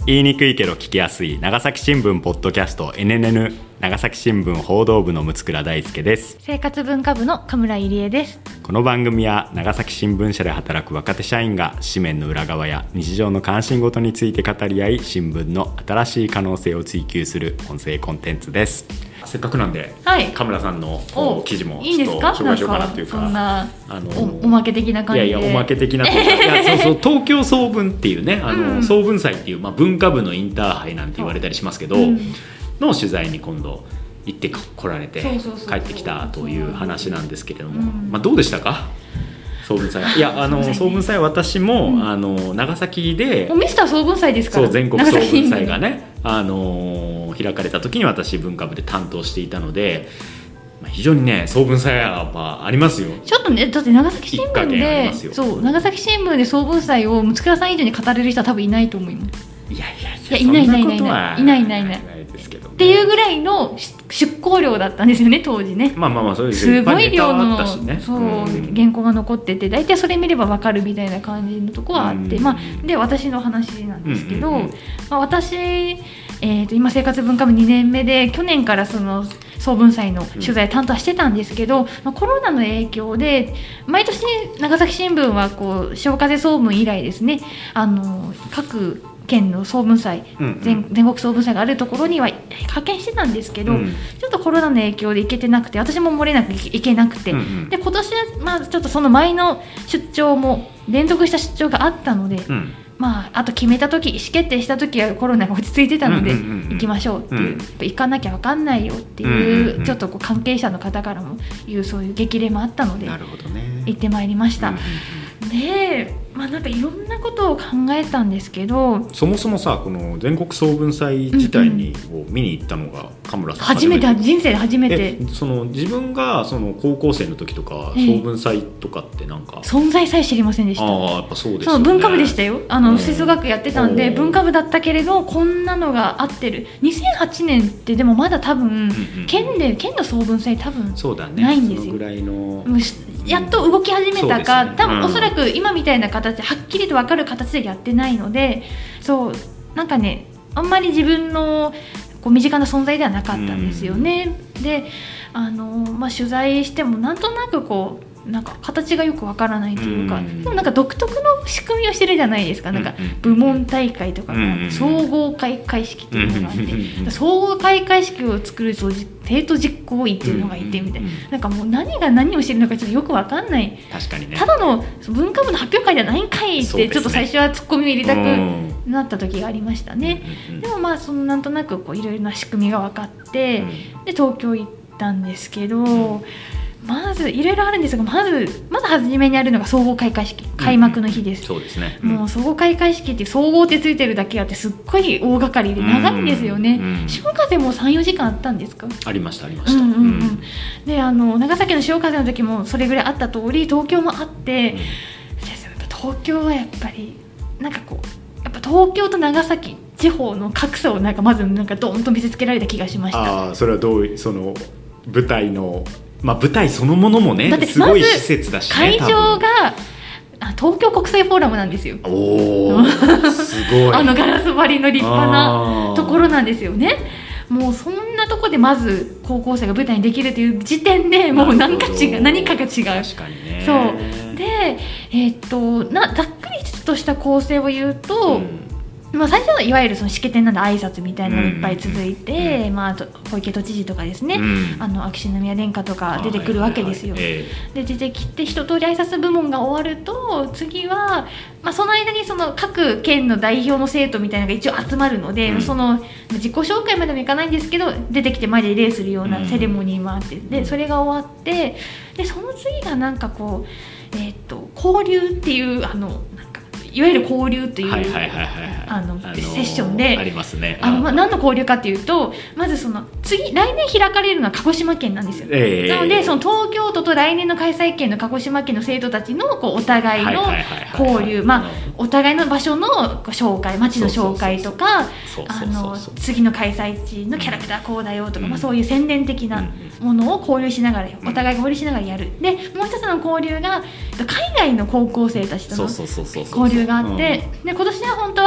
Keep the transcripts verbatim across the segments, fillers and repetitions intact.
言いにくいけど聞きやすい長崎新聞ポッドキャスト エヌエヌエヌ 長崎新聞報道部の六倉大輔です。 生活文化部の神村入江です。 この番組は長崎新聞社で働く若手社員が紙面の裏側や日常の関心事について語り合い、新聞の新しい可能性を追求する音声コンテンツです。せっかくなんで、はい、神村さんの記事もちょっと紹介しようかなっていうか、 そんなあの お, おまけ的な感じで、 いやいやおまけ的なというかいやそうそう東京総文っていうね、あの、うん、総文祭っていう、まあ、文化部のインターハイなんて言われたりしますけど、うん、の取材に今度行ってこられて帰ってきたという話なんですけれども、うんまあ、どうでしたか総文祭。いやあの総文祭、私も、うん、あの長崎でミスター総文祭ですから、 そう全国総文祭がねあの開かれた時に私文化部で担当していたので、まあ、非常にね総文祭はやっぱありますよ。 ちょっとねだって長崎新聞でそう長崎新聞で総文祭を六倉さん以上に語れる人は多分いないと思います。 いやいやいやいないいないいないいないいないいないいないですけど、ね、っていうぐらいの出稿量だったんですよね当時ね。 まあまあまあそうですすごい量の、 ね、 そう、うん、原稿が残ってて大体それ見れば分かるみたいな感じのとこはあって、うん、まあで私の話なんですけど、うんうんうんまあ、私、えー、と今生活文化部にねんめで去年からその総文祭の取材担当してたんですけど、うんまあ、コロナの影響で毎年長崎新聞はこう潮風総文以来ですねあの各県の総文祭、うんうん、全, 全国総文祭があるところには派遣してたんですけど、うん、ちょっとコロナの影響で行けてなくて私も漏れなく行けなくて、うんうん、で今年はまあちょっとその前の出張も連続した出張があったので、うんまあ、あと決めた時意思決定した時はコロナが落ち着いてたので、うんうんうんうん、行きましょうっていう、うん、行かなきゃ分かんないよっていう、うんうんうん、ちょっとこう関係者の方からもいうそういう激励もあったので、 なるほどね、 行ってまいりました、うんうんうん、で、まあ、なんかいろんなことを考えたんですけど、 そもそもさこの全国総文祭自体にを見に行ったのが神村さん初めて、人生で初めて。 その自分がその高校生の時とか総文祭とかってなんか、 ええ、存在さえ知りませんでした。 ああやっぱそうですよね。 そう文化部でしたよ。あの吹奏楽やってたんで文化部だったけれどこんなのが合ってる。にせんはちねんってでもまだ多分、うんうん、県で県の総文祭多分ないんですよ。 そのぐらいのやっと動き始めたか、 ね、 多分おそらく今みたいな形ではっきりと分かる形でやってないので、そうなんかねあんまり自分のこう身近な存在ではなかったんですよね。であの、まあ、取材してもなんとなくこうなんか形がよくわからないというか、うん、でもなんか独特の仕組みをしてるじゃないですか。なんか部門大会とか、うん、総合開会式っていうのがあって、うん、総合開会式を作ると生徒実行委っていうのがいてみたいな、うん、なんかもう何が何をしてるのかちょっとよくわかんない。 確かにね、 ただの文化部の発表会じゃないんかいって、ね、ちょっと最初はツッコミを入れたくなった時がありましたね、うん、でもまあそのなんとなくいろいろな仕組みが分かって、うん、で東京行ったんですけど、うんまずいろいろあるんですがまずまず初めにあるのが総合開会式開幕の日です、 うん、そうですね、うん、 もう総合開会式って総合ってついてるだけあってすっごい大掛かりで長いんですよね、うん、潮風も さん,よ 時間あったんですか。 ありましたありました、 うんうんうん、であの長崎の潮風の時もそれぐらいあった通り東京もあって、うん、東京はやっぱりなんかこうやっぱ東京と長崎地方の格差をなんかまずなんかドーンと見せつけられた気がしました。 あそれはどういうその舞台のまあ、舞台そのものもねだってすごい施設だし、ね、 会場が東京国際フォーラムなんですよ。 おすごいあのガラス張りの立派なところなんですよね。もうそんなとこでまず高校生が舞台にできるという時点でもう何か違う何かが違う。確かにね。 そうで、えー、っとなざっくりとした構成を言うと、うんまあ、最初はいわゆるその式典なんで挨拶みたいなのがいっぱい続いて、うんまあ、小池都知事とかですね、うん、あの秋篠宮殿下とか出てくるわけですよ、はいはいはいえー、で出てきて一通り挨拶部門が終わると次は、まあ、その間にその各県の代表の生徒みたいなのが一応集まるので、うん、その自己紹介までもいかないんですけど出てきて前で礼するようなセレモニーもあって、うん、でそれが終わってでその次がなんかこう、えー、と交流っていうあのいわゆる交流というセッションでありますね。 あの、まあ、何の交流かというとまずその次来年開かれるのは鹿児島県なんですよ、えー、なのでその東京都と来年の開催県の鹿児島県の生徒たちのこうお互いの交流まあお互いの場所の紹介町の紹介とか次の開催地のキャラクターこうだよとか、うんまあ、そういう宣伝的なものを交流しながらお互いが交流しながらやる。でもう一つの交流が海外の高校生たちとの交流があって、うん、で今年は本当は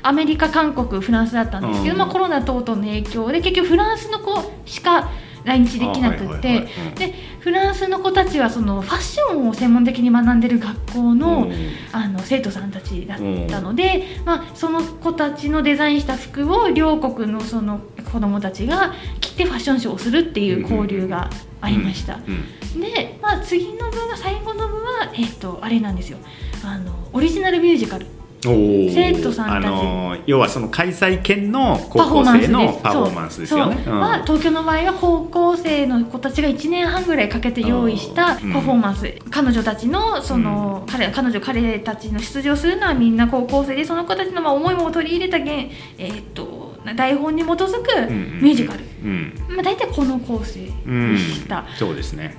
アメリカ、韓国、フランスだったんですけど、まあ、コロナ等々の影響で結局フランスの子しか来日できなくて、でフランスの子たちはそのファッションを専門的に学んでる学校の、あの生徒さんたちだったので、まあ、その子たちのデザインした服を両国のその子どもたちが着てファッションショーをするっていう交流がありました。で、まあ、次の部は最後の部は、えー、とあれなんですよ、あのオリジナルミュージカル。生徒さんたち、あの要はその開催県の高校生のパフォーマンスですよね。 そう、まあ、東京の場合は高校生の子たちがいちねんはんぐらいかけて用意したパフォーマンス、うん、彼女たちのその、うん、彼彼女彼たちの出場するのはみんな高校生で、その子たちのまあ思いも取り入れた現、えー、っと台本に基づくミュージカル、うんうん、まあ、大体この構成でした、 うん、そうですね、 うん、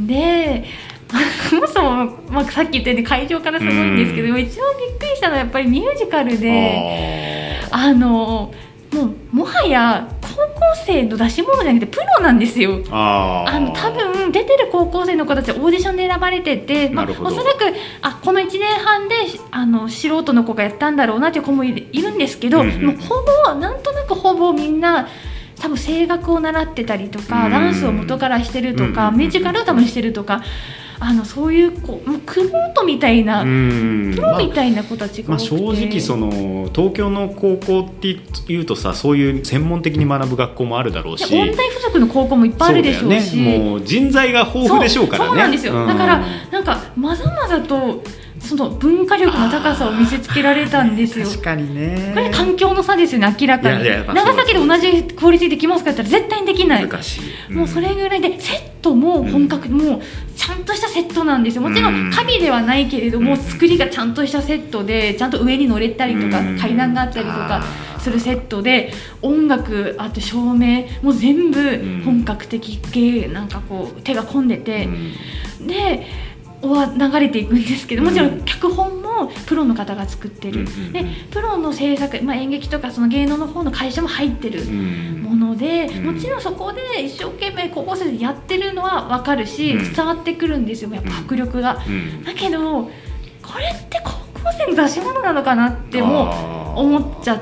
でそもそも、まあ、さっき言ったように会場からすごいんですけど、うん、一番びっくりしたのはやっぱりミュージカルで、あのもうもはや高校生の出し物じゃなくてプロなんですよ。ああの多分出てる高校生の子たちはオーディションで選ばれてて、まあ、おそらくあこのいちねんはんであの素人の子がやったんだろうなという子もいる、いるんですけど、うんうん、もうほぼなんとなくほぼみんな多分声楽を習ってたりとか、ダンスを元からしてるとか、ミュージカルを多分してるとか、あのそういう子、もうクロートみたいな、プロみたいな子たちが多くて、 まあ、正直その東京の高校っていうとさ、そういう専門的に学ぶ学校もあるだろうし、 音大附属の高校もいっぱいあるでしょうし、 そうだよね、もう人材が豊富でしょうからね。 そう、そうなんですよ、うん、だからなんかまざまざとその文化力の高さを見せつけられたんですよ。 確かにね。 これ環境の差ですよね、明らかに。いやいや、長崎で同じクオリティできますかって言ったら絶対にできない。 難しい、うん、 もうそれぐらいで、セットも本格、うん、もうちゃんとしたセットなんですよ。もちろんカビではないけれども、うん、作りがちゃんとしたセットで、ちゃんと上に乗れたりとか、うん、階段があったりとかするセットで、音楽あと照明もう全部本格的系、なんかこう手が込んでて、うん、では流れていくんですけど、もちろん脚本もプロの方が作ってる、うん、でプロの制作、まあ、演劇とかその芸能の方の会社も入ってるもので、うん、もちろんそこで一生懸命高校生でやってるのは分かるし、うん、伝わってくるんですよ、やっぱ迫力が、うん、だけどこれって高校生の出し物なのかなっても思っちゃって、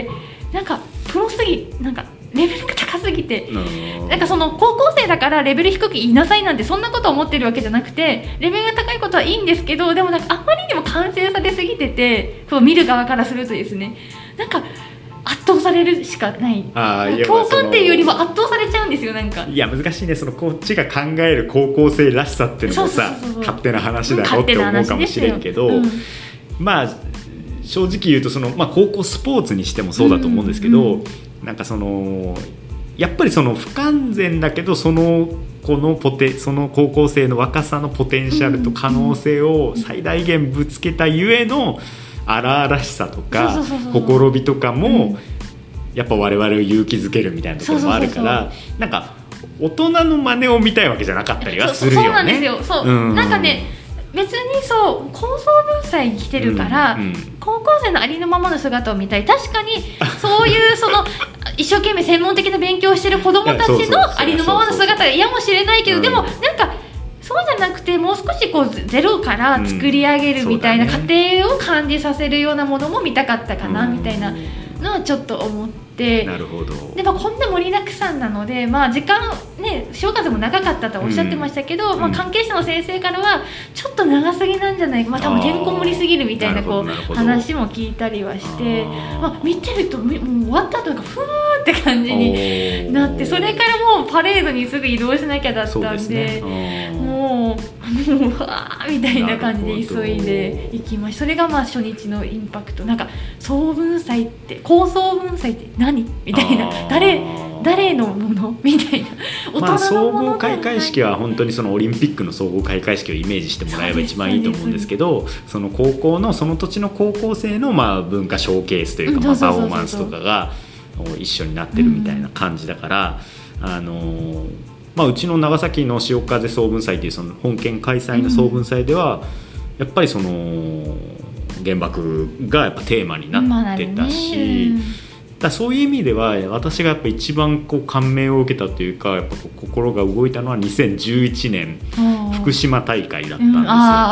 なんかプロすぎ、なんかレベルが高すぎて、なんかその高校生だからレベル低く言いなさいなんてそんなこと思ってるわけじゃなくて、レベルが高いことはいいんですけど、でもなんかあんまりにも完成されすぎてて、こう見る側からするとですね、なんか圧倒されるしかない、あ共感っていうよりも圧倒されちゃうんですよ。なんかいや難しいね、そのこっちが考える高校生らしさっていうのもさ、勝手な話だろって思うかもしれんけど、うん、まあ正直言うとその、まあ、高校スポーツにしてもそうだと思うんですけど、うんうんうん、なんかそのやっぱりその不完全だけど、その子のポテその高校生の若さのポテンシャルと可能性を最大限ぶつけたゆえの荒々しさとかほころびとかもやっぱ我々を勇気づけるみたいなところもあるから、なんか大人の真似を見たいわけじゃなかったりはするよね。 そうなんですよ。そう、うん、なんかね、別にそう高層文祭に来てるから、うんうん、高校生のありのままの姿を見たい。確かにそういうその一生懸命専門的な勉強をしてる子どもたちのありのままの姿が嫌もしれないけど、でもなんかそうじゃなくて、もう少しこうゼロから作り上げるみたいな過程を感じさせるようなものも見たかったかなみたいなのはちょっと思って。 なるほど。 で、まあ、こんな盛りだくさんなので、まあ、時間ね正月も長かったとおっしゃってましたけど、うん、まあ、関係者の先生からはちょっと長すぎなんじゃないか、まあ、多分てんこ盛りすぎるみたいなこう話も聞いたりはして、まあ、見てるともう終わった後なんかふーって感じになって、それからもうパレードにすぐ移動しなきゃだったん で, で、ね、もうもうわーみたいな感じで急いで行きました。それがまあ初日のインパクト。なんか総文祭って高層文祭って何みたいな、誰誰のものみたいな、大人のもの、まあ、 総合開会式は本当にそのオリンピックの総合開会式をイメージしてもらえば一番いいと思うんですけど、その高校のその土地の高校生のまあ文化ショーケースというか、まあパフォーマンスとかが一緒になってるみたいな感じだから、あのまあ、うちの長崎の潮風総文祭というその本県開催の総文祭では、やっぱりその原爆がやっぱテーマになってたし、だそういう意味では私がやっぱ一番こう感銘を受けたというか、やっぱこう心が動いたのはにせんじゅういちねん福島大会だったんですよ。うん、あ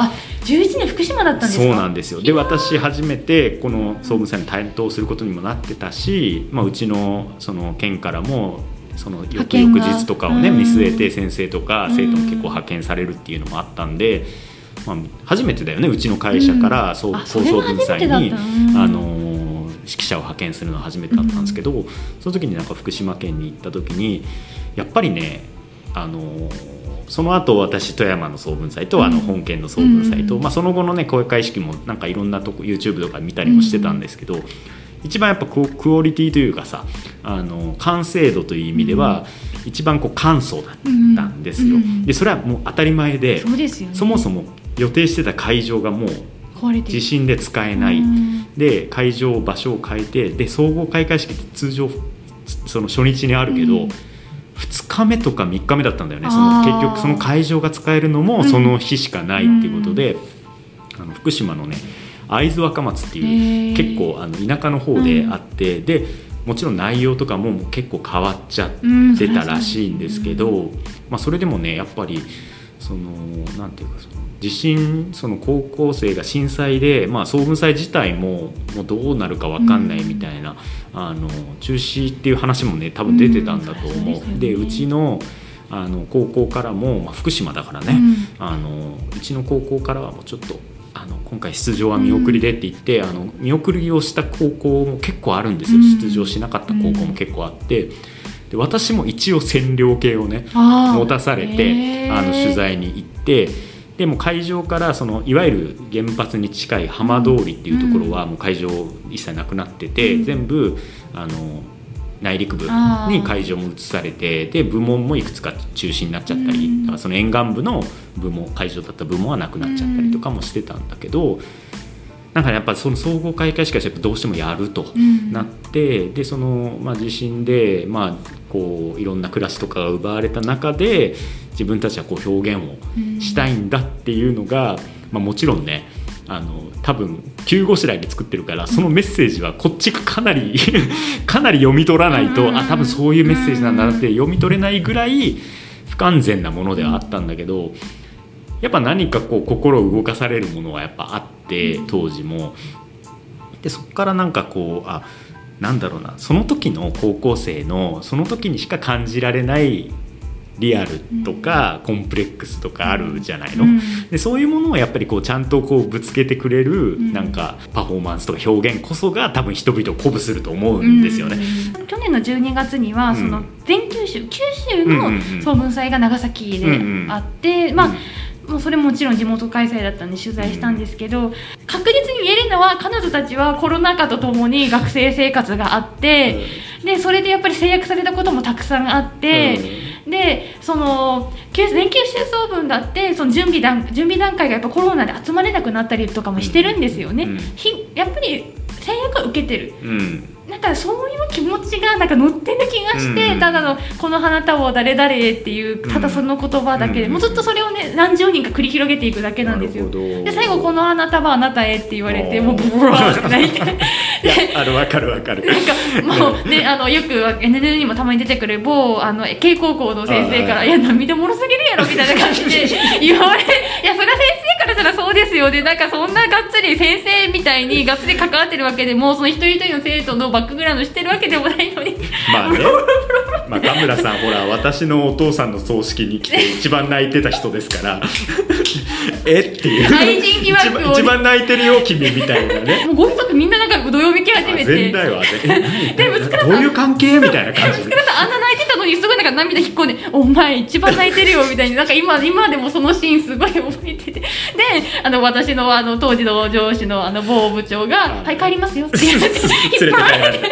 じゅういちねん福島だったんですか？ そうなんですよ。で私初めてこの総文祭に担当することにもなってたし、まあ、うちのその県からもその翌々日とかをね見据えて先生とか生徒も結構派遣されるっていうのもあったんで、まあ、初めてだよねうちの会社から総総文祭にあの指揮者を派遣するのは初めてだったんですけど、うん、その時になんか福島県に行った時にやっぱりねあのその後私富山の総文祭とあの本県の総文祭と、うんまあ、その後のね公開式もなんかいろんなとこ YouTube とか見たりもしてたんですけど、うん、一番やっぱクオリティというかさあの完成度という意味では一番こう簡素だったんですよ、うん、でそれはもう当たり前で、そうですよね、そもそも予定してた会場がもう地震で使えない、うん、で会場場所を変えてで総合開会式って通常その初日にあるけど、うん、ふつかめとかみっかめだったんだよね。その結局その会場が使えるのもその日しかないっていうことで、うん、あの福島のね会津若松っていう結構あの田舎の方であって、うん、でもちろん内容とかも結構変わっちゃってたらしいんですけど、うん、まあ、それでもねやっぱりそのなんていうかその地震その高校生が震災で、まあ、総文祭自体ももうどうなるか分かんないみたいな、うん、あの中止っていう話もね多分出てたんだと思う、うん、でうちのあの高校からも、まあ、福島だからね、うん、あのうちの高校からはもうちょっとあの今回出場は見送りでって言って、うん、あの見送りをした高校も結構あるんですよ、うん、出場しなかった高校も結構あって、で私も一応線量計をね持たされてあの取材に行って、でも会場からそのいわゆる原発に近い浜通りっていうところはもう会場一切なくなってて、うん、全部あの内陸部に会場も移されて、で部門もいくつか中止になっちゃったり、うん、だからその沿岸部の部門会場だった部門はなくなっちゃったりとかもしてたんだけど、なんかやっぱその総合開会式はどうしてもやるとなって、うん、でその、まあ、地震で、まあ、こういろんな暮らしとかが奪われた中で自分たちはこう表現をしたいんだっていうのが、うんまあ、もちろんねあの多分急ごしらえで作ってるからそのメッセージはこっちがかなりかなり読み取らないと、うん、あ多分そういうメッセージなんだなって読み取れないぐらい不完全なものではあったんだけど、やっぱ何かこう心を動かされるものはやっぱあって当時もで、そこからなんかこうあなんだろうなその時の高校生のその時にしか感じられないリアルとかコンプレックスとかあるじゃないの、うん、でそういうものをやっぱりこうちゃんとこうぶつけてくれるなんかパフォーマンスとか表現こそが多分人々を鼓舞すると思うんですよね、 うん、去年のじゅうにがつにはその全九州、九州の総文祭が長崎であって、うんうん、まあもうそれもちろん地元開催だったんで取材したんですけど、確実に言えるのは彼女たちはコロナ禍とともに学生生活があって、でそれでやっぱり制約されたこともたくさんあって、でその全九州総文だってその準備段準備段階がやっぱコロナで集まれなくなったりとかもしてるんですよね、うん、ひやっぱり制約は受けてる、うん、なんかそういう気持ちがなんか乗ってる気がして、うん、ただのこの花束を誰々っていうただその言葉だけで、うん、もうずっとそれをね何十人か繰り広げていくだけなんですよ。で最後この花束はあなたへって言われてもうブワーって泣いていやあるわかるわかるなんかもうねあのよく エヌエヌエヌ にもたまに出てくる某あの慶高校の先生からいや涙もろすぎるやろみたいな感じで言われいやそれは先生からしたらそうですよね、なんかそんながっつり先生みたいにがっつり関わってるわけでもその一人一人の生徒のバックグラウンドしてるわけでもないのにまあねまあ田村さんほら私のお父さんの葬式に来て一番泣いてた人ですからえっていう愛人疑惑を、ね、 一番泣いてるよ君みたいなねもうご遺族みんななんかどよめき始めて全体はでもどういう関係みたいな感じであんな泣いてたのにすごいなんか涙引っ込んでお前一番泣いてるよみたいになんか 今, 今でもそのシーンすごい覚えててであの私のあの当時の上司のあの某部長がはい帰りますよって言って引っ張られて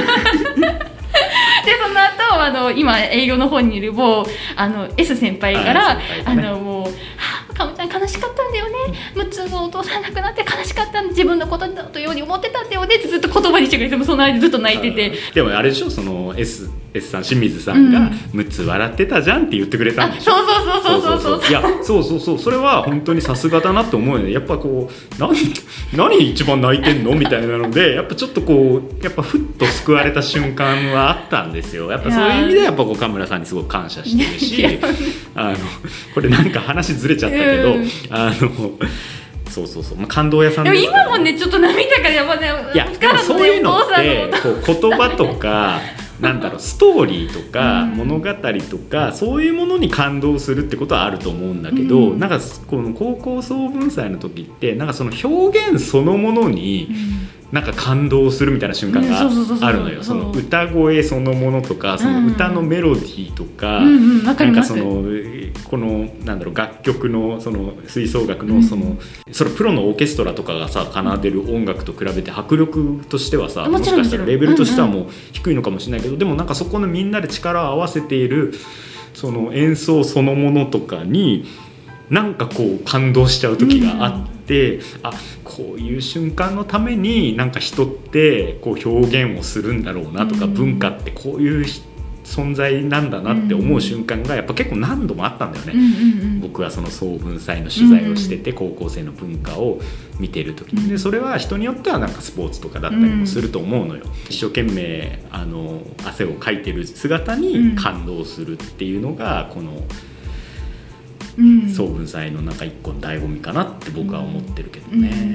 でその後あの今営業の方にいる某あの S 先輩からあ、あのもうはあかもちゃん悲しかったんだよね、むっつのお父さん亡くなって悲しかったんで自分のことだとように思ってたんだよねってずっと言葉にしてくれてもその間ずっと泣いてて、 でもあれでしょその S, S さん清水さんがむっつ笑ってたじゃんって言ってくれたんでしょ、 うん、そうそうそうそうそうそういやそうそうそうそれは本当にさすがだなって思うよね。やっぱこう 何, 何一番泣いてんのみたいなのでやっぱちょっとこうやっぱふっと救われた瞬間はあったんですよ。やっぱそういう意味でやっぱ岡村さんにすごく感謝してるしあのこれなんか話ずれちゃったけど、うん、あのそうそうそう、まあ、感動屋さんでですから、 も今もねちょっと涙がやばね、 いやでもそういうのってこう言葉とかなんだろうストーリーとか物語とかそういうものに感動するってことはあると思うんだけど、うん、なんかこの高校総文祭の時ってなんかその表現そのものになんか感動するみたいな瞬間があるのよ。その歌声そのものとかその歌のメロディーとか、うんうん、なんかそのこのなんだろう楽曲のその吹奏楽のその、うん、それプロのオーケストラとかがさ奏でる音楽と比べて迫力としてはさ、もしかしたらレベルとしてはもう低いのかもしれないけど、うんうん、でもなんかそこのみんなで力を合わせているその演奏そのものとかになんかこう感動しちゃう時があって、うん、あこういう瞬間のためになんか人ってこう表現をするんだろうなとか、うん、文化ってこういう存在なんだなって思う瞬間がやっぱ結構何度もあったんだよね、うんうんうん、僕はその総文祭の取材をしてて高校生の文化を見てる時に、でそれは人によってはなんかスポーツとかだったりもすると思うのよ。一生懸命あの汗をかいてる姿に感動するっていうのがこの総文祭の中一個の醍醐味かなって僕は思ってるけどね、うんうん、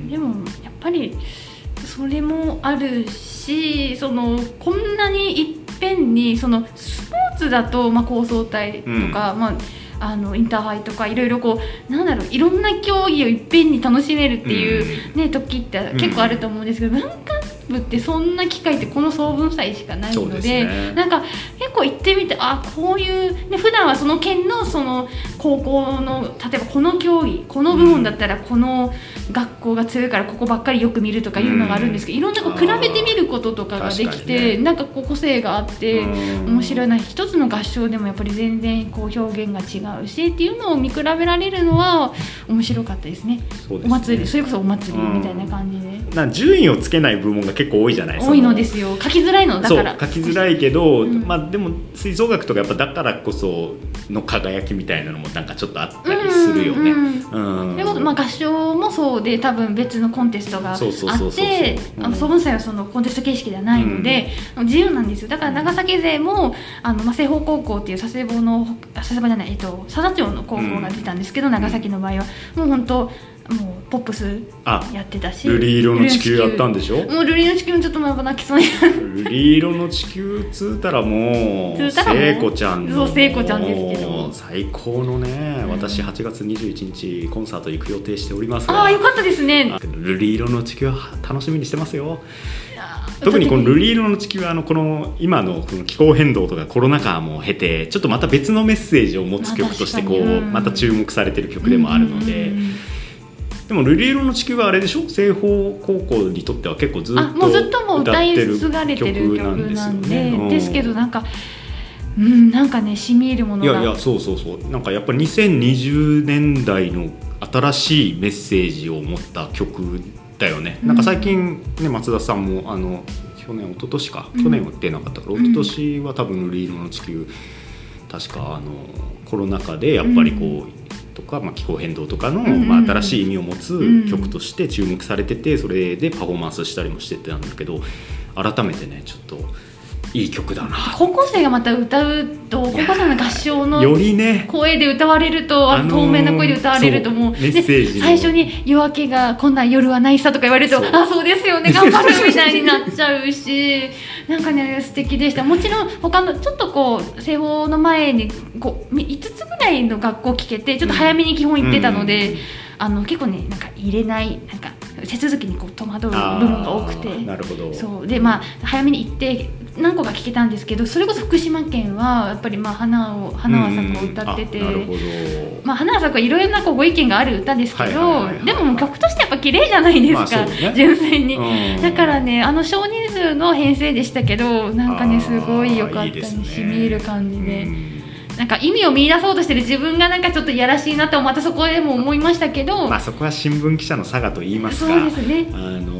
でもやっぱりそれもあるし、そのこんなにいっぺんにそのスポーツだと、まあ、高層体とか、うん、まあ、あのインターハイとかいろいろこうなんだろういろんな競技をいっぺんに楽しめるっていう、ね、うん、時って結構あると思うんですけど、文化部ってそんな機会ってこの総文祭しかないの で, で、ね、なんか結構行ってみて、あこういう、ね、普段はその県のその高校の例えばこの競技この部門だったらこの学校が強いからここばっかりよく見るとかいうのがあるんですけど、いろんなこう比べてみることとかができて、ね、なんかこう個性があって面白いな、一つの合唱でもやっぱり全然こう表現が違うしっていうのを見比べられるのは面白かったですね。そうですね、お祭り、それこそお祭りみたいな感じで、 な順位をつけない部門が結構多いじゃないですか。 多いのですよ、書きづらいのだからそう書きづらいけど、うん、まあ、でも吹奏楽とかやっぱだからこその輝きみたいなのもなんかちょっとあったりするよね。 でも、まあ、合唱もそうで多分別のコンテストがあって総文祭はそのコンテスト形式ではないので、うん、自由なんですよ。だから長崎勢もあの、まあ、西方高校っていう佐世保の佐世保じゃない、えっと、佐々町の高校が出たんですけど、うん、長崎の場合はもう本当もうポップスやってたし、 瑠璃色の地球やったんでしょ。 もう瑠璃の地球もちょっとやっぱ泣きそうに瑠璃色の地球つうたらもう聖子ちゃんのそう聖子ちゃんですけど最高のね、うん、私はちがつにじゅういちにちコンサート行く予定しておりますが、 ああよかったですね。 瑠璃色の地球は楽しみにしてますよ。特にこの瑠璃色の地球はあのこの今のこの気候変動とかコロナ禍も経てちょっとまた別のメッセージを持つ曲としてこうまた注目されてる曲でもあるので、でも瑠璃色の地球はあれでしょ、西方高校にとっては結構ずっと歌ってる曲なんですよね。 ですけどなんかうん、なんかね染み入るものが、 いやいやそうそうそう、なんかやっぱりにせんにじゅうねんだいの新しいメッセージを持った曲だよね、うん、なんか最近ね松田さんもあの去年一昨年か、うん、去年は出なかったから一昨年は多分瑠璃色の地球確かあのコロナ禍でやっぱりこう、うんとか、まあ、気候変動とかの、うんうんまあ、新しい意味を持つ曲として注目されてて、それでパフォーマンスしたりもしてたんだけど、改めてねちょっといい曲だな。 高校生がまた歌うと高校生の合唱のよりね声で歌われると、あの透明な声で歌われるともう、 メッセージ最初に夜明けがこんな夜はないさとか言われると、あそうですよね頑張るみたいになっちゃうしなんかね素敵でした。もちろん他のちょっとこう西方の前にこういつつぐらいの学校聞けてちょっと早めに基本行ってたので、うんうん、あの結構ねなんか入れないなんか手続きにこう戸惑う部分が多くて、 なるほど。 そうでまあ早めに行って何個か聞けたんですけど、それこそ福島県はやっぱりまあ花を花は咲くを歌ってて、うん、なるほど。まあ花は咲くはいろいろなこうご意見がある歌ですけど、でも曲としてやっぱ綺麗じゃないですか、まあね、純粋に、うん、だからねあの少人数の編成でしたけどなんかねすごい良かったに染み入る感じで、うん、なんか意味を見出そうとしてる自分がなんかちょっといやらしいなとまたそこでも思いましたけど、 まあそこは新聞記者の差がと言いますか、 そうですね、 あの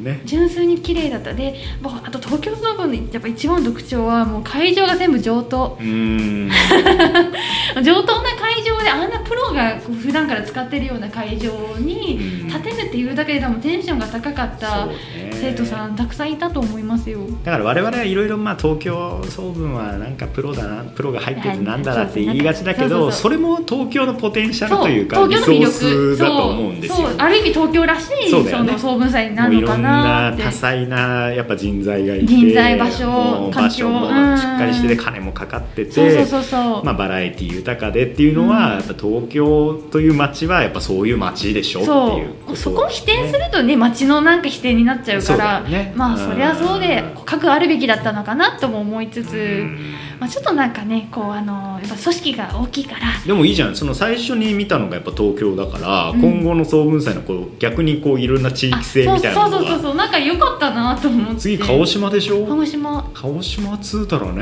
ね、 純粋に綺麗だった。であと東京総文のやっぱ一番の特徴はもう会場が全部上等。うーん上等な会場であんなプロが普段から使ってるような会場に立てるっていうだけで多分テンションが高かった生徒さんたくさんいたと思いますよ。 だから我々はいろいろ東京総文はなんかプロだな、プロが入っててなんだなって言いがちだけど、それも東京のポテンシャルというかリソースだと思うんですよ。 そう、ある意味東京らしい そ,、ね、その総文祭になるのかなって。 いろんな多彩なやっぱ人材がいて、 人材、場所、 場所もしっかりしてて金もかかってて、まあバラエティ豊かでっていうのは、うん、やっぱ東京という街はやっぱそういう街でしょっていうこと、ね、 そこを否定するとね、街のなんか否定になっちゃうから、ね、まあそりゃそうで核あるべきだったのかなとも思いつつ、まあ、ちょっとなんかねこうあのやっぱ組織が大きいから。 でもいいじゃん、その最初に見たのがやっぱ東京だから、うん、今後の総文祭のこう逆にこういろんな地域性みたいなのが、 そうそうそうそう、なんか良かったなと思って。 次鹿児島でしょ。 鹿児島鹿児島つうたらね、うん、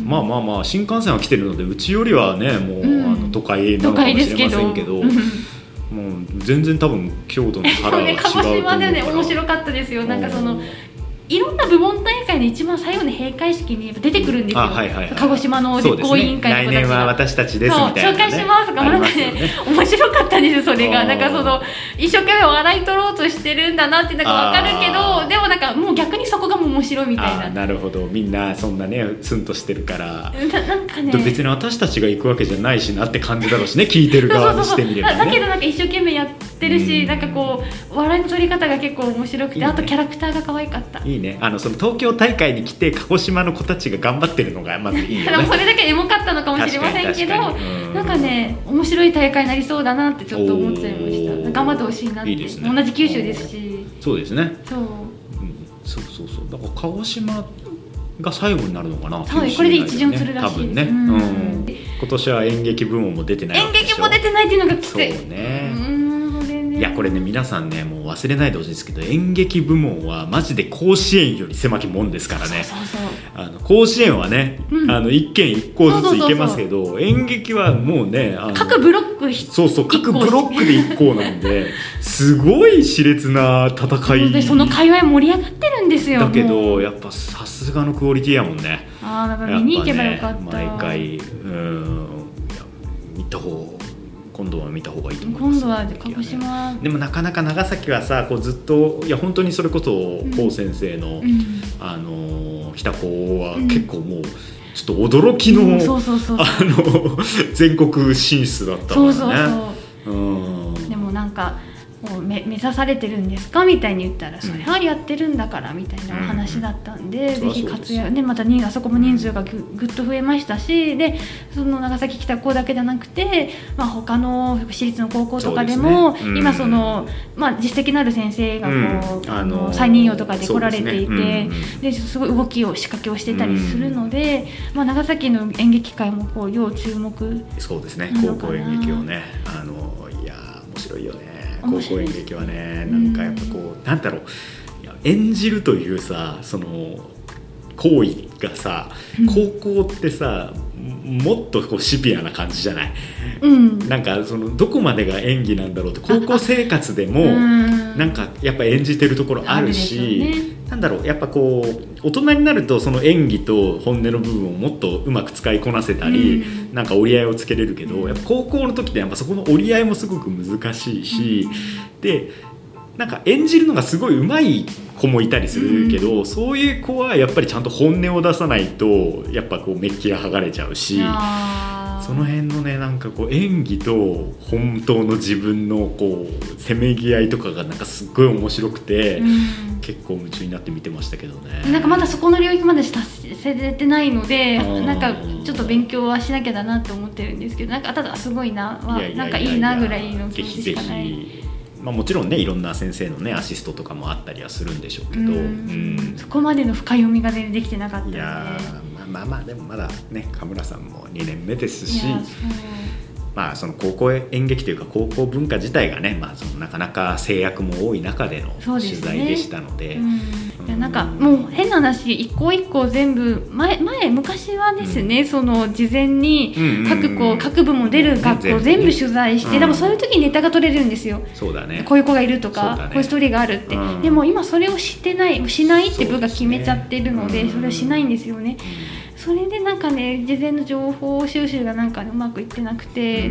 まあまあまあ新幹線は来てるのでうちよりはねもう、うん、あの都会なのかもしれませんけど、もう全然多分京都のカラーが違うと思うから。 鹿児島でね面白かったですよ。なんかそのいろんな部門大会の一番最後の閉会式に出てくるんですよ、はいはいはい、鹿児島の実行委員会の子たちが、 ね、来年は私たちですみたいな、ね、 紹介しますとか、なんかね、面白かったんですよ。それがなんかその一生懸命笑い取ろうとしてるんだなってなんか分かるけど、でもなんかもう逆にそこがもう面白いみたいな。 あ、なるほど、みんなそんなねツンとしてるからな, なんか、ね、 別に私たちが行くわけじゃないしなって感じだろうしね、聞いてる側にしてみれば、ね、 だけどなんか一生懸命やってるし、なんかこう笑いの取り方が結構面白くて、いいね、あとキャラクターが可愛かった。 いいね、あのその東京大会に来て鹿児島の子たちが頑張ってるのがまずいいよね。 でもそれだけエモかったのかもしれませんけど、なんかね面白い大会になりそうだなってちょっと思っちゃいました。頑張ってほしいなって。いいですね、同じ九州ですし。 そうですね、 そう、うん、 そうそうそう、だから鹿児島が最後になるのかな。 はい、これで一巡するらしいです。多分ね、うん、 今年は演劇部門も出てないわけでしょ。 演劇も出てないっていうのがきつい。 そうね、うん、いやこれね皆さんねもう忘れないでほしいですけど、演劇部門はマジで甲子園より狭きもんですからね。 そうそうそう、 あの甲子園はね、うん、あの一軒一校ずつ行けますけど、そうそうそうそう、演劇はもうねあの各ブロックそうそう各ブロックで一校なんですごい熾烈な戦いで、その界隈盛り上がってるんですよ。 だけどやっぱさすがのクオリティやもんね。 あ、だから見に行けばよかった、 ね、毎回、うん、見た方今度は見た方がいいと思います。 今度は鹿児島、 ね、でもなかなか長崎はさこうずっといや本当にそれこそ高先生の、うん、あの日田校は結構もうちょっと驚きの、うん、そうそうそうそう、あの全国進出だったからね。そうそうそう、うん、 でもなんかもう 目, 目指されてるんですかみたいに言ったら、それはやってるんだからみたいなお話だったんで、うん、ぜひ活躍でまたあそこも人数が ぐ, ぐっと増えましたし、でその長崎北高だけじゃなくて、まあ、他の私立の高校とかでもで、ね、うん、今その、まあ、実績のある先生がこう、うん、あの再任用とかで来られていて、す、ね、うん、ですごい動きを仕掛けをしてたりするので、うん、まあ、長崎の演劇界もこう要注目。 そうですね、高校演劇をね、あのいや面白いよね。高校演劇はね、なんかやっぱこうなんだろう、いや演じるというさその行為がさ、高校ってさもっとこうシビアな感じじゃない、うん、なんかそのどこまでが演技なんだろうって高校生活でもなんかやっぱ演じてるところあるし、ね、なんだろうやっぱこう大人になるとその演技と本音の部分をもっとうまく使いこなせたり、うん、なんか折り合いをつけれるけど、やっぱ高校の時ってやっぱそこの折り合いもすごく難しいし、うん、でなんか演じるのがすごい上手い子もいたりするけど、うん、そういう子はやっぱりちゃんと本音を出さないとやっぱこうメッキが剥がれちゃうし、その辺のねなんかこう演技と本当の自分のこうせめぎ合いとかがなんかすっごい面白くて、うん、結構夢中になって見てましたけどね。 なんかまだそこの領域まで達せれてないので、なんかちょっと勉強はしなきゃだなと思ってるんですけど、なんかただすごいな、いやいやいやいやなんかいいなぐらいの気持ちしかない。 ぜひぜひ、まあ、もちろんねいろんな先生のねアシストとかもあったりはするんでしょうけど、うん、うん、 そこまでの深読みが、ね、できてなかったので、いやまあまあまあでもまだね神村さんもにねんめですし、 まあ、その高校演劇というか高校文化自体がね、まあ、そのなかなか制約も多い中での取材でしたので、 いやなんかもう変な話一個一個全部前前昔はですね、うん、その事前に各校、各部門出る学校全部取材して、うん、でもそういう時にネタが取れるんですよ。 そうだね、 こういう子がいるとか、 ね、 こういうストーリーがあるって、うん、でも今それをしてないしないって部が決めちゃってるので、 そ, で、ね、それをしないんですよね、うん、それでなんかね事前の情報収集がなんか、ね、うまくいってなくて、うん、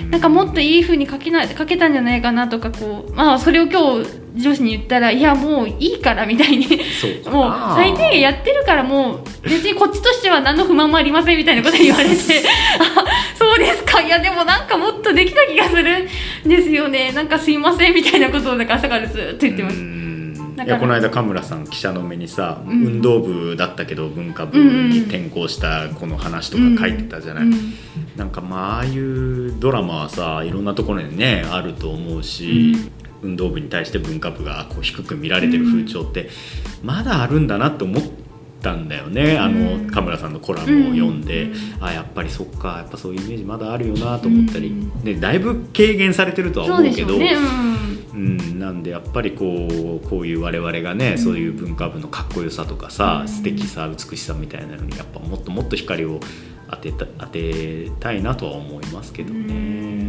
なんかもっといい風に書けな書けたんじゃないかなとかこう、まあ、それを今日上司に言ったらいやもういいからみたいにもう最低限やってるからもう別にこっちとしては何の不満もありませんみたいなこと言われてあそうですか、いやでもなんかもっとできた気がするんですよね、なんかすいませんみたいなことをなんか朝からずっと言ってます。 いやこの間神村さん記者の目にさ、うん、運動部だったけど文化部に転校したこの話とか書いてたじゃない、うんうん、なんかまあああいうドラマはさいろんなところにねあると思うし、うん、運動部に対して文化部がこう低く見られてる風潮ってまだあるんだなって思ったんだよね、あの神村さんのコラムを読んで、うん、あやっぱりそっかやっぱそういうイメージまだあるよなと思ったり、でだいぶ軽減されてるとは思うけど、そうでしょうね、うん、なんでやっぱりこう、こういう我々がね、うん、そういう文化部のかっこよさとかさ、うん、素敵さ美しさみたいなのにやっぱもっともっと光を当てた、当てたいなとは思いますけどね、うん、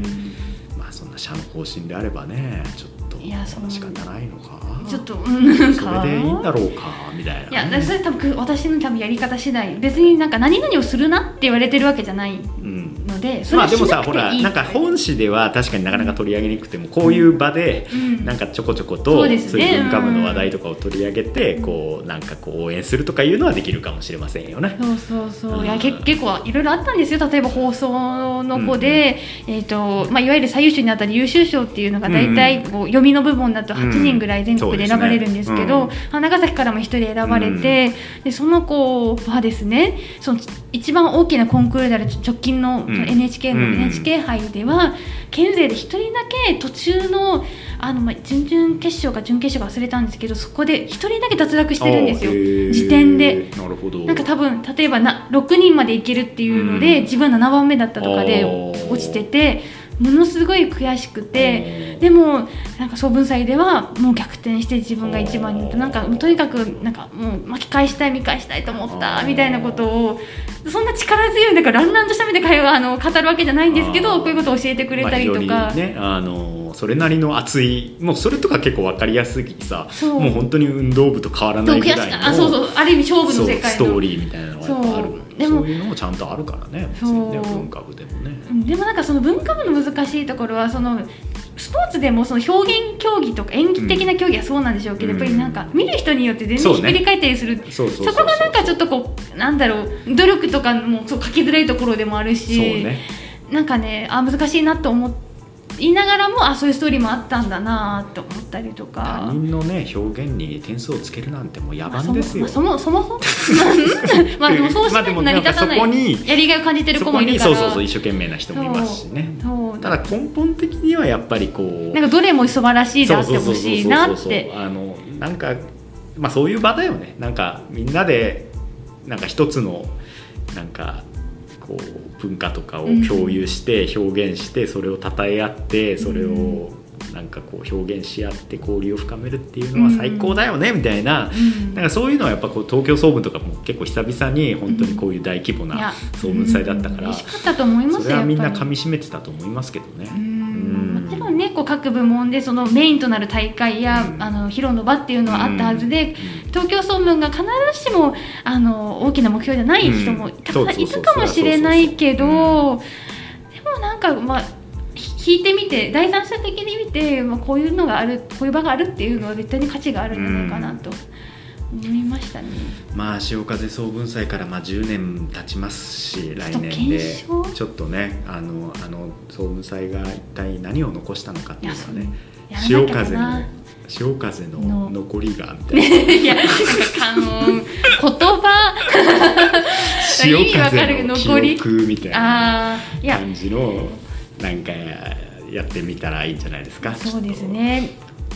まあそんな社の方針であればねちょっと仕方ないのか、 ちょっと、うん、 それでいいんだろうかみたいな、ね、 いやそれ多分私の多分やり方次第、別になんか何々をするなって言われてるわけじゃないので、うん、それはしなくていい。まあでもさほらなんか本誌では確かになかなか取り上げにくくても、こういう場でなんかちょこちょことそういう文化部の話題とかを取り上げて、こうなんかこう応援するとかいうのはできるかもしれませんよね。 そうそうそう、うん、いや結構いろいろあったんですよ。例えば放送の子で、うんえーとまあ、いわゆる最優秀になったり優秀賞っていうのが大体こう読みの部門だとはちにんぐらい全国で選ばれるんですけど、うんうん、長崎からもひとり選ばれて、うん、でその子はですね、その一番大きなコンクールである直近の エヌエイチケー の エヌエイチケー 杯では県勢でひとりだけ途中のあの、まあ、準々決勝か準決勝か忘れたんですけど、そこでひとりだけ脱落してるんですよ、時点で。 なるほど。 なんか多分例えばなろくにんまでいけるっていうので、うん、自分はななばんめだったとかで落ちてて、ものすごい悔しくて、でもなんか総文祭ではもう逆転して自分が一番になって、なんかもうとにかくなんかもう巻き返したい見返したいと思ったみたいなことを、そんな力強いだからランランとした目で会話あの語るわけじゃないんですけど、こういうことを教えてくれたりとか、 まあね、あのそれなりの熱い、もうそれとか結構分かりやすいさ、もう本当に運動部と変わらないぐらいのあそうそうある意味勝負の世界のストーリーみたいなのがやっぱある。でもそういうのもちゃんとあるからね、別にね、文化部でもね。 でもなんかその文化部の難しいところは、そのスポーツでもその表現競技とか演技的な競技はそうなんでしょうけど、うん、やっぱりなんか見る人によって全然ひっくり返ったりする、そこがなんかちょっとこうなんだろう、努力とかもそう書きづらいところでもあるし、ね、なんかねあ難しいなと思って言いながらも、あそういうストーリーもあったんだなと思ったりとか、 他人のね表現に点数をつけるなんてもう野蛮ですよ。 そもそもそもまあでもそうしないと成り立たない、やりがいを感じてる子もいるから、 そこにそうそうそう一生懸命な人もいますしね。ただ根本的にはやっぱりこうなんかどれも素晴らしいであってほしいなって、 あのなんかまあそういう場だよね。なんかみんなでなんか一つのなんかこう文化とかを共有して表現して、それを称え合ってそれをなんかこう表現し合って交流を深めるっていうのは最高だよねみたいな、なんかそういうのはやっぱこう東京総文とかも結構久々に本当にこういう大規模な総文祭だったから、 嬉しかったと思いますよ。 それはみんな噛み締めてたと思いますけどね。 もちろんねこう各部門でそのメインとなる大会や、うん、あの披露の場っていうのはあったはずで、うん、東京総文が必ずしもあの大きな目標じゃない人もたくさんいたかもしれないけど、でもなんかまあ聞いてみて第三者的に見て、まあ、こういうのがある、こういう場があるっていうのは絶対に価値があるんじゃないかなと思いましたね。 まあ潮風総文祭からまあじゅうねん経ちますし、来年でちょっとねあのあの総文祭が一体何を残したのかっていうのはね、潮風の潮風の残りがみたいな。いやなんか言葉潮風の記憶みたいな感じのなんかやってみたらいいんじゃないですか。 そうですね。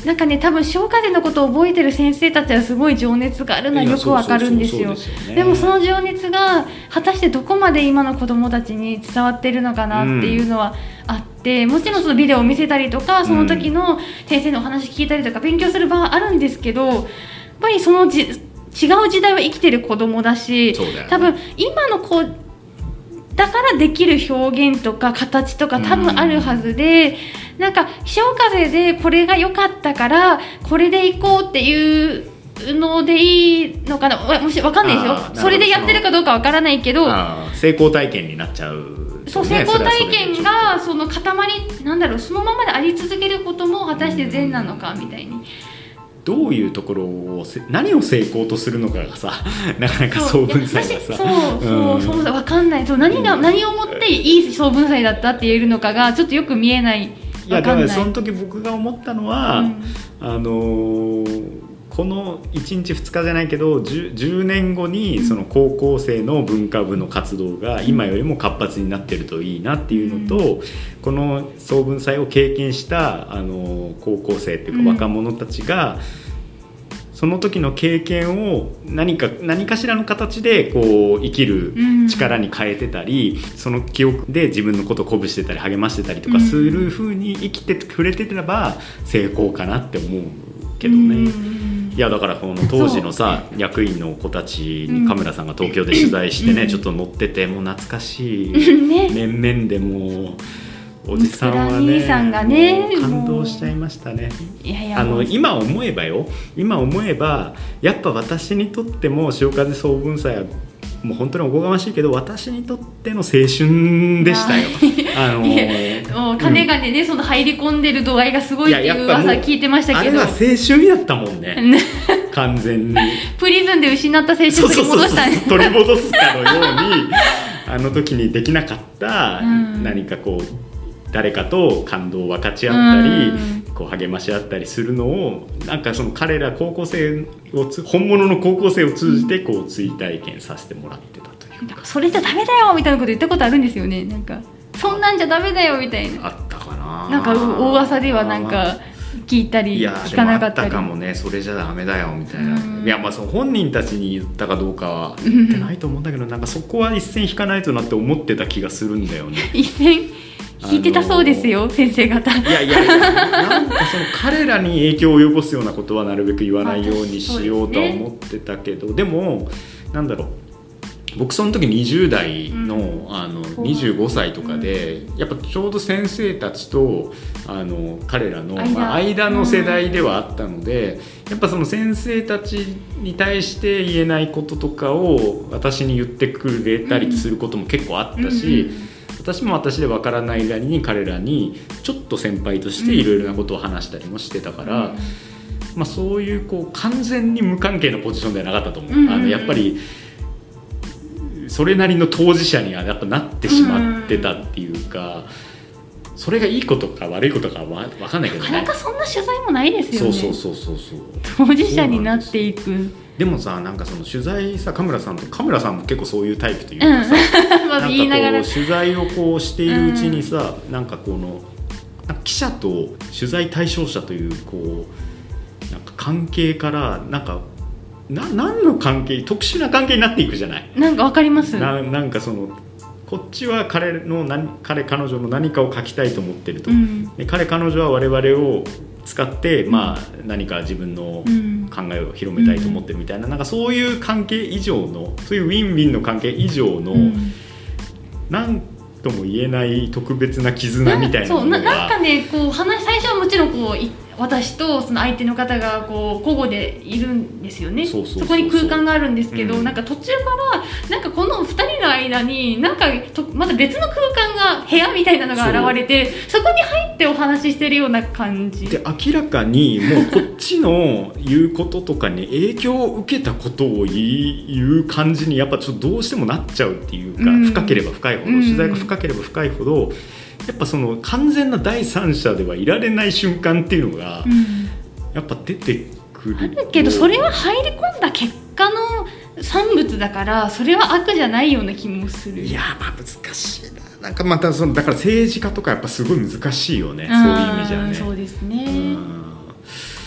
なんかね多分潮風のことを覚えてる先生たちはすごい情熱があるのはよくわかるんですよ。でもその情熱が果たしてどこまで今の子どもたちに伝わってるのかなっていうのはあって、うん、もちろんそのビデオを見せたりとかその時の先生のお話聞いたりとか勉強する場はあるんですけど、やっぱりそのじ違う時代を生きてる子どもだし、多分今の子だからできる表現とか形とか多分あるはずで、うん、なんか潮風でこれが良かったからこれでいこうっていうのでいいのかな、もし分かんないですよ。それでやってるかどうか分からないけど、 成功体験になっちゃう、ね、 そう成功体験がその塊なんだろう、そのままであり続けることも果たして善なのかみたいに。 どういうところを何を成功とするのかがさ、なかなか総文祭がさ、 そうそうそう、分かんない。そう何が、うん、何をもっていい総文祭だったって言えるのかがちょっとよく見えない。 いやだからその時僕が思ったのは、うん、あのー、このいちにちふつかじゃないけど 10, じゅうねんごにその高校生の文化部の活動が今よりも活発になってるといいなっていうのと、うん、この総文祭を経験したあの高校生っていうか若者たちが、うん、その時の経験を何か何かしらの形でこう生きる力に変えてたり、うん、その記憶で自分のことを鼓舞してたり励ましてたりとかする風に生きてくれてれば成功かなって思うけどね。うんいやだからこの当時のさ役員の子たちにカメラさんが東京で取材してね、うん、ちょっと乗っててもう懐かしい面々でもうおじさんはねさんがね感動しちゃいましたね。いやいやあの今思えばよ今思えばやっぱ私にとっても潮風総文祭はもう本当におこがましいけど私にとっての青春でしたよ。あのもう金がね、うん、その入り込んでる度合いがすごいっていう噂聞いてましたけど、 あれは青春やったもんね完全にプリズンで失った青春に取り戻したね。 取り戻すかのようにあの時にできなかった何かこう誰かと感動を分かち合ったり、こう励まし合ったりするのをなんかその彼ら高校生を本物の高校生を通じてこう追体験させてもらってたというか、 それじゃダメだよみたいなこと言ったことあるんですよね。なんかそんなんじゃダメだよみたいなあったかな。 なんか大噂ではなんか聞いたり聞かなかったり、 いやでもあったかもね。それじゃダメだよみたいな、いやまあその本人たちに言ったかどうかは言ってないと思うんだけどなんかそこは一線引かないとなって思ってた気がするんだよね。 一線引いてたそうですよ、先生方。 いやいやいやなんかその彼らに影響を及ぼすようなことはなるべく言わないようにしようとは思ってたけど、 で, ね、でもなんだろう、僕その時にじゅう代 の,、うん、あのにじゅうごさいとかで、うん、やっぱちょうど先生たちとあの彼らの間、まあ、間の世代ではあったので、うん、やっぱその先生たちに対して言えないこととかを私に言ってくれたりすることも結構あったし、うんうん、私も私で分からない間に彼らにちょっと先輩としていろいろなことを話したりもしてたから、うんまあ、そういうこう完全に無関係なポジションではなかったと思う、うんうん、あのやっぱりそれなりの当事者にはやっぱなってしまってたっていうか、うん、それがいいことか悪いことかは分かんないけどね。 なかなかそんな取材もないですよね。 そうそうそうそう当事者になっていく。 でもさ、なんかその取材さ、カムラさんとカムラさんも結構そういうタイプというかさ、 うん、まず言いながらなんかこう取材をこうしているうちにさ、うん、なんかこの記者と取材対象者というこうなんか関係からなんかな何の関係、特殊な関係になっていくじゃない。 なんかわかります。 な, なんかそのこっちは彼の何彼彼女の何かを書きたいと思ってると、うん、で彼彼女は我々を使って、まあ、何か自分の考えを広めたいと思ってるみたいな、うん、なんかそういう関係以上の、そういうウィンウィンの関係以上の、うん、なんとも言えない特別な絆みたいなものが、 な, なんかね、こう話最初はもちろんこう私とその相手の方がこう交互でいるんですよね。そこに空間があるんですけど、うん、なんか途中からなんかこのふたりの間になんかとまた別の空間が部屋みたいなのが現れて、 そ, そこに入ってお話ししてるような感じで、明らかにもうこっちの言うこととかに影響を受けたことを言う感じにやっぱちょっとどうしてもなっちゃうっていうか、うん、深ければ深いほど、取材が深ければ深いほどやっぱその完全な第三者ではいられない瞬間っていうのがやっぱ出てくる、うん、あるけどそれは入り込んだ結果の産物だからそれは悪じゃないような気もする。 いやまあ難しいな。なんかまたそのだから政治家とかやっぱすごい難しいよね、そういう意味じゃね。 そうですね。 うん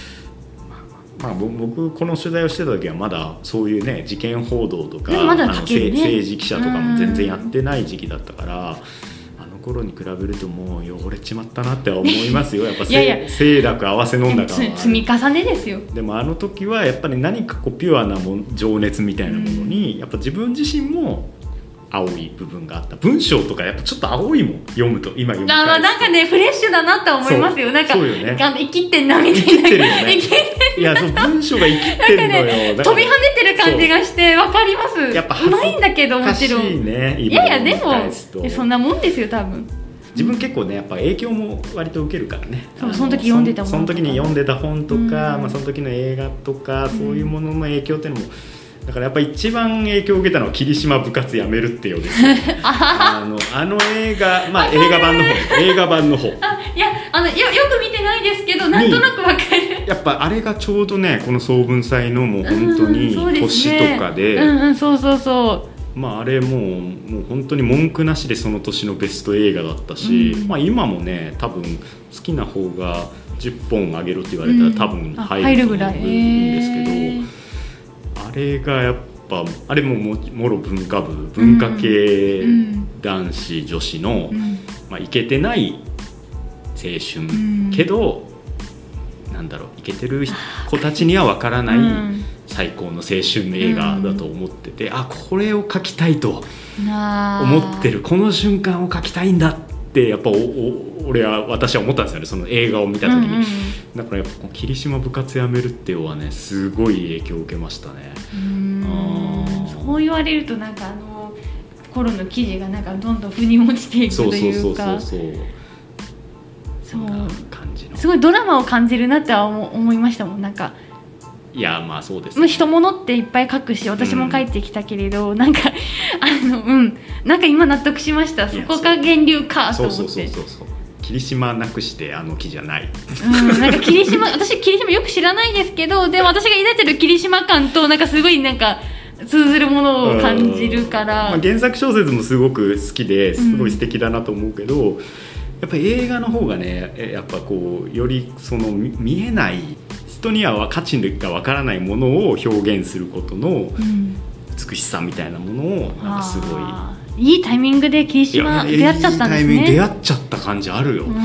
まあ、僕この取材をしてた時はまだそういうね事件報道とか、 まだあの書けるね、 政治記者とかも全然やってない時期だったから、あの頃に比べるともう汚れちまったなって思いますよ。やっぱいやいや清濁合わせ飲んだ感は積み重ねですよ。 でもあの時はやっぱり何かこうピュアなも情熱みたいなものにやっぱ自分自身も青い部分があった。文章とかやっぱちょっと青いもん、読むと今読み返すとあ、まあ、なんかねフレッシュだなと思いますよ。なんかそうよね、 生きってんなみたいな、 生きってるよねいやそう文章が生きってるのよ。 なんかね飛び跳ねてる感じがしてわかります。 やっぱうまいんだけどもちろん、 恥ずかしいね、 いやいやでもそんなもんですよ多分。 自分結構ねやっぱ影響も割と受けるからね。 そうその時読んでたものその時に読んでた本とか、 うんまあ、その時の映画とかそういうものの影響っていうのもだからやっぱ一番影響を受けたのは霧島部活やめるってようですよあのあの映画、まあ映画版の方映画版の方あいやあのよよく見てないですけどなんとなくわかる。 やっぱあれがちょうどねこの総文祭のもう本当に年とかで、 うんうんそうそうそう、 まあ、あれもう、もう本当に文句なしでその年のベスト映画だったし、うんまあ、今もね多分好きな方がじゅっぽんあげろって言われたら多分入ると思うんですけど、うん、あれがやっぱあれもももろ文化部文化系男子女子の、うんまあ、イケてない青春、うん、けどなんだろうイケてる子たちには分からない、うん最高の青春の映画だと思ってて、うん、あこれを描きたいと思ってるこの瞬間を描きたいんだってやっぱおお俺は私は思ったんですよねその映画を見た時に、うんうん、だからやっぱ霧島部活やめるっていうはねすごい影響を受けましたね。 うんそう言われるとなんかあの頃の記事がなんかどんどん腑に落ちていくというかそうそうそうそうそんな感じのすごいドラマを感じるなっては思いましたもん。なんかいやまあそうですね、 人物っていっぱい書くし私も書いてきたけれど、うん、なんかあのうんなんか今納得しました。そこが源流かと思って。そうそうそうそう霧島なくしてあの木じゃない、 うん、なんか霧島私霧島よく知らないですけどでも私が抱いてる霧島感となんかすごいなんか通ずるものを感じるから、 まあ、原作小説もすごく好きですごい素敵だなと思うけど、うん、やっぱり映画の方がねやっぱこうよりその見えない人には価値がわからないものを表現することの美しさみたいなものをなんかすごい、 いいタイミングで霧島出会っちゃったんですね。いいタイミング出会っちゃった感じあるよ。うん、うん、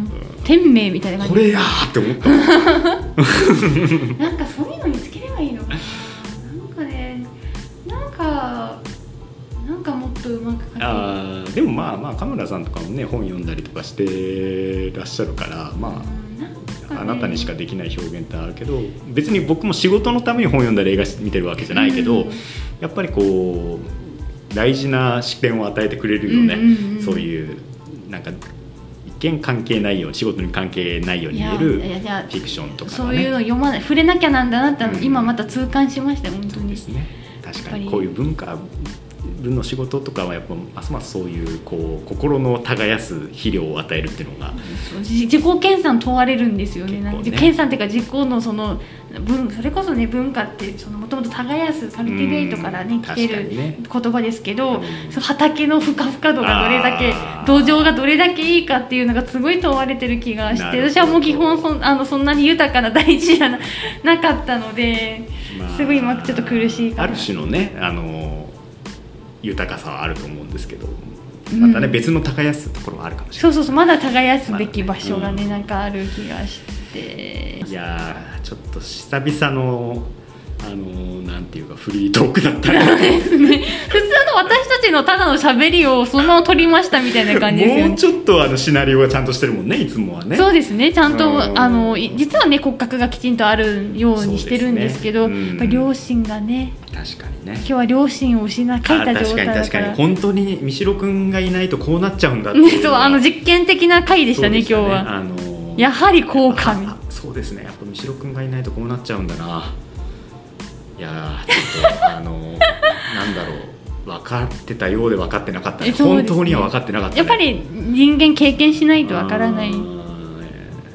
天命みたいな感じ。 これやーって思ったなんかそういうのにつければいいのかな。なんかねなんかなんかもっとうまく書ける。 あでもまあまあカムラさんとかもね本読んだりとかしてらっしゃるからまあ、うん、あなたにしかできない表現ってあるけど別に僕も仕事のために本読んだり映画見てるわけじゃないけど、うん、やっぱりこう大事な視点を与えてくれるよね、うんうんうん、そういうなんか一見関係ないように仕事に関係ないように見えるフィクションとか、ね、 そういうの読まない触れなきゃなんだなって、うん、今また痛感しました本当に。そうですね、 確かにこういう文化分の仕事とかはやっぱますますそういうこう心の耕す肥料を与えるっていうのが自己研鑽問われるんですよね。ね研鑽っていうか自己のその文それこそね文化ってもともと耕すカルティベートからね来てる言葉ですけど、その畑のふかふか度がどれだけ土壌がどれだけいいかっていうのがすごい問われてる気がして私はもう基本 そ, あのそんなに豊かな大地じゃ な, なかったので、まあ、すごい今ちょっと苦しいかな。 ある種のねあの豊かさはあると思うんですけどまたね、うん、別の耕すところはあるかもしれない。 そうそうそうまだ耕すべき場所がね、まあ、なんかある気がして、 いやちょっと久々のあのなんていうかフリートークだったらですね、普通の私たちのただの喋りをそのまま取りましたみたいな感じですよね。 もうちょっとあのシナリオがちゃんとしてるもんねいつもはね。 そうですねちゃんとあの実はね骨格がきちんとあるようにしてるんですけど、ねうん、やっぱ両親がね確かにね今日は両親を失い書いた状態だから。 確かに確かに本当に三代くんがいないとこうなっちゃうんだっていう、 ね、そうあの実験的な回でした ね, したね今日は、あのー、やはりこうかみそうですねやっぱ三代くんがいないとこうなっちゃうんだな。いやちょっとあのなんだろう分かってたようで分かってなかった、ね、本当には分かってなかった、ね、 やっぱり人間経験しないと分からない。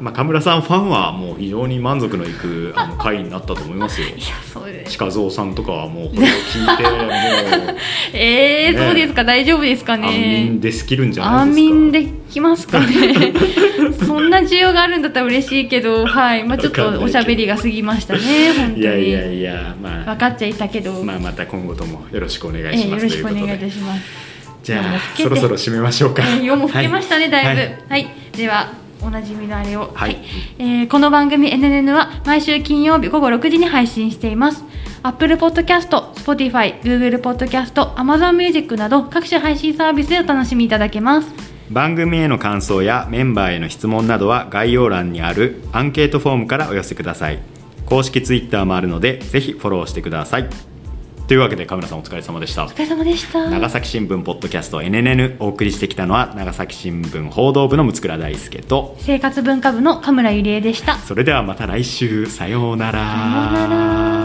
まあ、神村さんファンはもう非常に満足のいくあの回になったと思いますよ。いやそうです。 近蔵さんとかはもうこれを聞いてもうえー、ね、そうですか、大丈夫ですかね。 安眠でスキるんじゃないですか。 安眠できますかねそんな需要があるんだったら嬉しいけど、はい、まあ、ちょっとおしゃべりが過ぎましたね本当に。いやいやいや、まあ、 分かっちゃいたけど、 まあ、また今後ともよろしくお願いします、 えー、よろしくお願いいたします。 じゃあそろそろ締めましょうか。 夜も更けましたね、はい、だいぶ、はいはい、ではおなじみのあれを、はいはい、えー、この番組 エヌエヌエヌ は毎週金曜日午後ろくじに配信しています。 Apple Podcast、Spotify、Google Podcast、Amazon Music など各種配信サービスでお楽しみいただけます。 番組への感想やメンバーへの質問などは概要欄にあるアンケートフォームからお寄せください。公式 Twitter もあるのでぜひフォローしてください。というわけで神村さんお疲れ様でした。 お疲れ様でした。 長崎新聞ポッドキャスト エヌエヌエヌ お送りしてきたのは長崎新聞報道部の六倉大輔と生活文化部の神村ゆりえでした。 それではまた来週、さようなら。 さようなら。